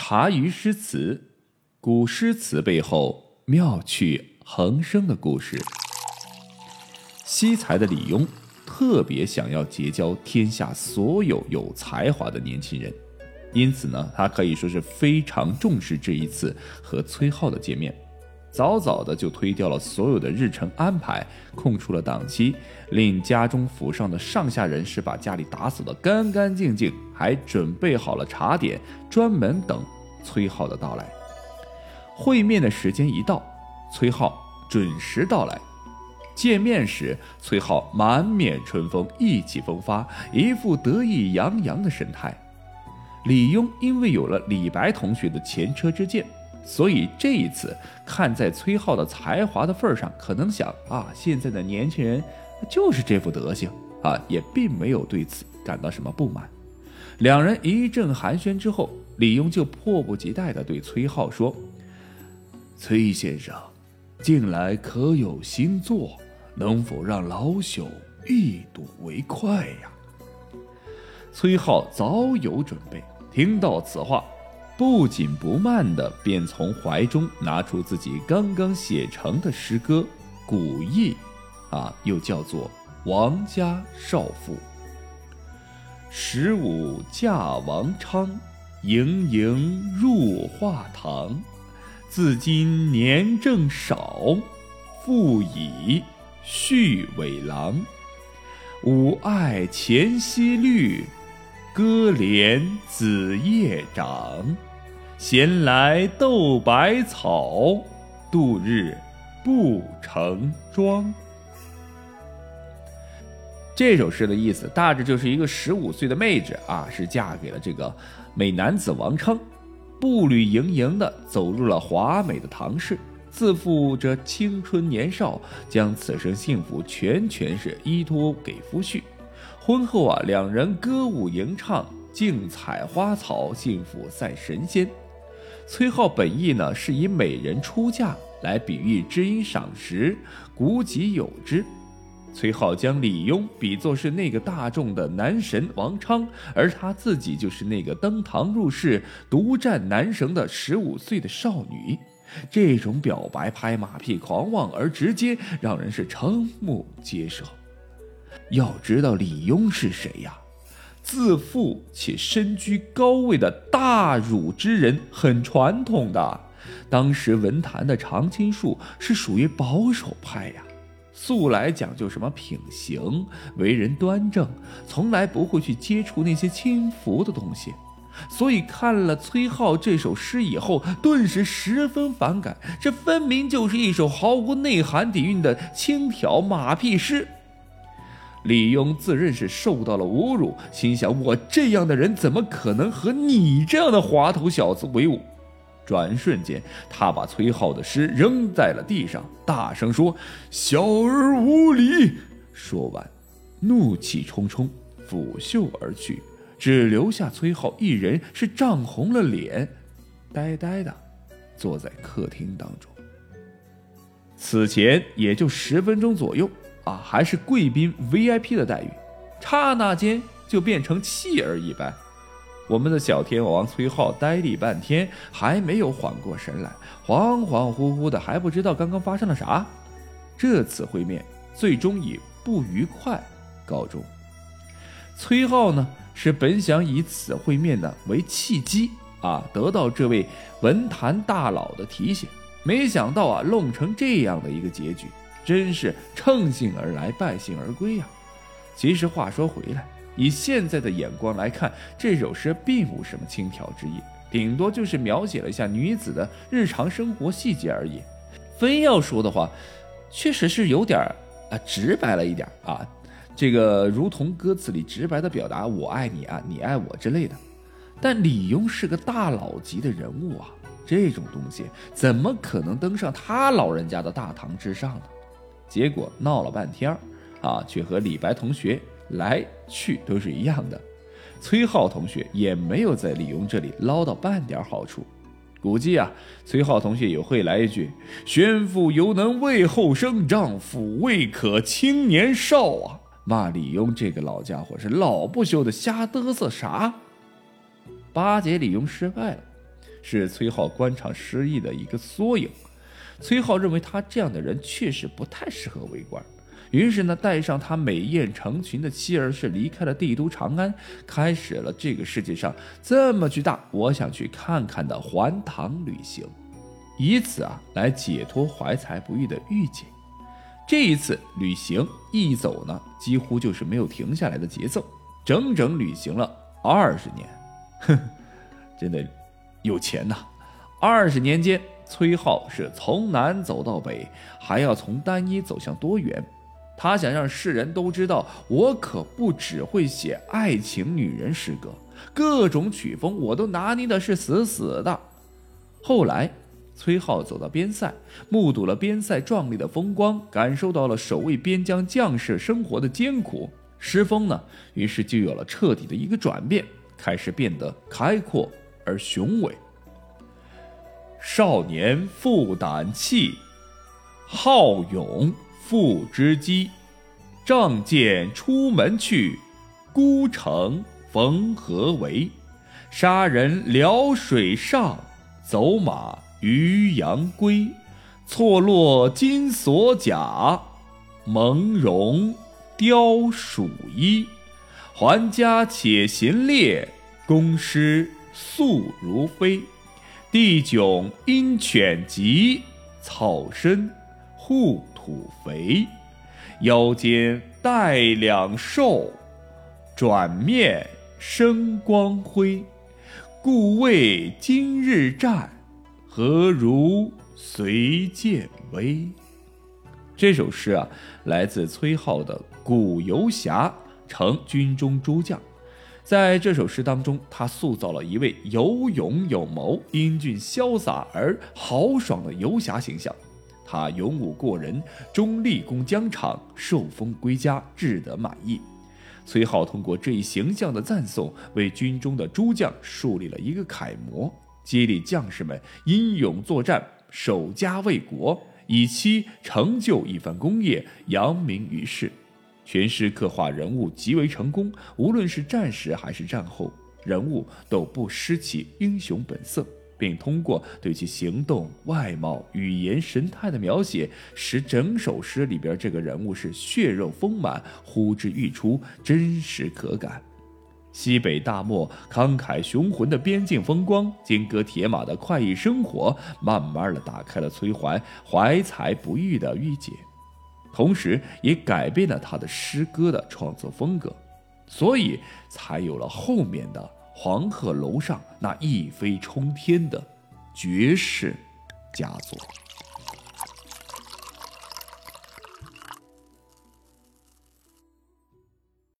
茶余诗词，古诗词背后妙趣横生的故事。惜才的李邕特别想要结交天下所有有才华的年轻人，因此呢，他可以说是非常重视这一次和崔颢的见面，早早的就推掉了所有的日程安排，空出了档期，令家中府上的上下人士把家里打扫得干干净净，还准备好了茶点，专门等崔颢的到来。会面的时间一到，崔颢准时到来。见面时，崔颢满面春风，意气风发，一副得意洋洋的神态。李邕因为有了李白同学的前车之鉴，所以这一次看在崔颢的才华的份上，可能想现在的年轻人就是这副德行也并没有对此感到什么不满。两人一阵寒暄之后，李邕就迫不及待地对崔颢说：“崔先生，近来可有新作？能否让老朽一睹为快呀？”崔颢早有准备，听到此话，不紧不慢地便从怀中拿出自己刚刚写成的诗歌《古意》，又叫做《王家少妇》。15嫁王昌，盈盈入画堂。自今年正少，复以续尾郎。吾爱前溪绿，歌怜子夜长。闲来斗百草，度日不成妆。这首诗的意思大致就是一个15岁的妹纸是嫁给了这个美男子王昌，步履盈盈地走入了华美的唐室，自负着青春年少，将此生幸福全是依托给夫婿。婚后两人歌舞吟唱，竞采花草，幸福赛神仙。崔颢本意呢，是以美人出嫁来比喻知音赏识，古己有之。崔颢将李邕比作是那个大众的男神王昌，而他自己就是那个登堂入室独占男神的15岁的少女。这种表白拍马屁狂妄而直接，让人是瞠目结舌。要知道李邕是谁呀？自负且身居高位的大儒之人，很传统的。当时文坛的常青树是属于保守派呀，素来讲究什么品行，为人端正，从来不会去接触那些轻浮的东西。所以看了崔颢这首诗以后，顿时十分反感，这分明就是一首毫无内涵底蕴的轻佻马屁诗。李邕自认是受到了侮辱，心想我这样的人怎么可能和你这样的滑头小子为伍。转瞬间，他把崔颢的诗扔在了地上，大声说：“小儿无礼！”说完，怒气冲冲，拂袖而去，只留下崔颢一人是涨红了脸，呆呆的坐在客厅当中。此前也就10分钟左右还是贵宾 VIP 的待遇，刹那间就变成弃儿一般。我们的小天王崔颢呆立半天，还没有缓过神来，恍恍惚惚的，还不知道刚刚发生了啥。这次会面最终以不愉快告终。崔颢呢，是本想以此会面呢为契机得到这位文坛大佬的提携，没想到弄成这样的一个结局，真是乘兴而来，败兴而归呀。其实话说回来，以现在的眼光来看，这首诗并无什么轻佻之意，顶多就是描写了一下女子的日常生活细节而已。非要说的话，确实是有点直白了一点这个如同歌词里直白的表达我爱你你爱我之类的。但李邕是个大佬级的人物这种东西怎么可能登上他老人家的大堂之上呢？结果闹了半天却和李白同学来去都是一样的。崔颢同学也没有在李邕这里捞到半点好处。估计崔颢同学也会来一句：宣父犹能为后生，丈夫未可轻年少骂李邕这个老家伙是老不休的瞎嘚瑟啥。巴结李邕失败了， 是崔颢官场失意的一个缩影。崔颢认为他这样的人确实不太适合为官，于是呢，带上他美艳成群的妻儿是离开了帝都长安，开始了这个世界上这么巨大，我想去看看的环唐旅行，以此来解脱怀才不遇的郁结。这一次旅行一走呢，几乎就是没有停下来的节奏，整整旅行了20年。真的有钱呐！20年间，崔颢是从南走到北，还要从单一走向多元。他想让世人都知道，我可不只会写爱情女人诗歌，各种曲风我都拿捏的是死死的。后来崔颢走到边塞，目睹了边塞壮丽的风光，感受到了守卫边疆将士生活的艰苦，诗风呢，于是就有了彻底的一个转变，开始变得开阔而雄伟。少年负胆气，好勇复知机。仗剑出门去，孤城逢河为。杀人辽水上，走马渔阳归。错落金锁甲，蒙茸貂鼠衣。还家且行猎，公师速如飞。地迥因犬疾，草深护土肥。腰间带两兽，转面生光辉。故谓今日战，何如随剑威。这首诗来自崔颢的《古游侠》，成军中诸将。在这首诗当中，他塑造了一位有勇有谋、英俊潇洒而豪爽的游侠形象。他勇武过人，终立功疆场，受封归家，志得满意。崔颢通过这一形象的赞颂，为军中的诸将树立了一个楷模，激励将士们英勇作战，守家卫国，以期成就一番功业，扬名于世。全诗刻画人物极为成功，无论是战时还是战后，人物都不失其英雄本色，并通过对其行动、外貌、语言、神态的描写，使整首诗里边这个人物是血肉丰满，呼之欲出，真实可感。西北大漠慷慨雄浑的边境风光，金戈铁马的快意生活，慢慢的打开了崔怀才不遇的郁结，同时也改变了他的诗歌的创作风格，所以才有了后面的黄鹤楼上那一飞冲天的绝世佳作。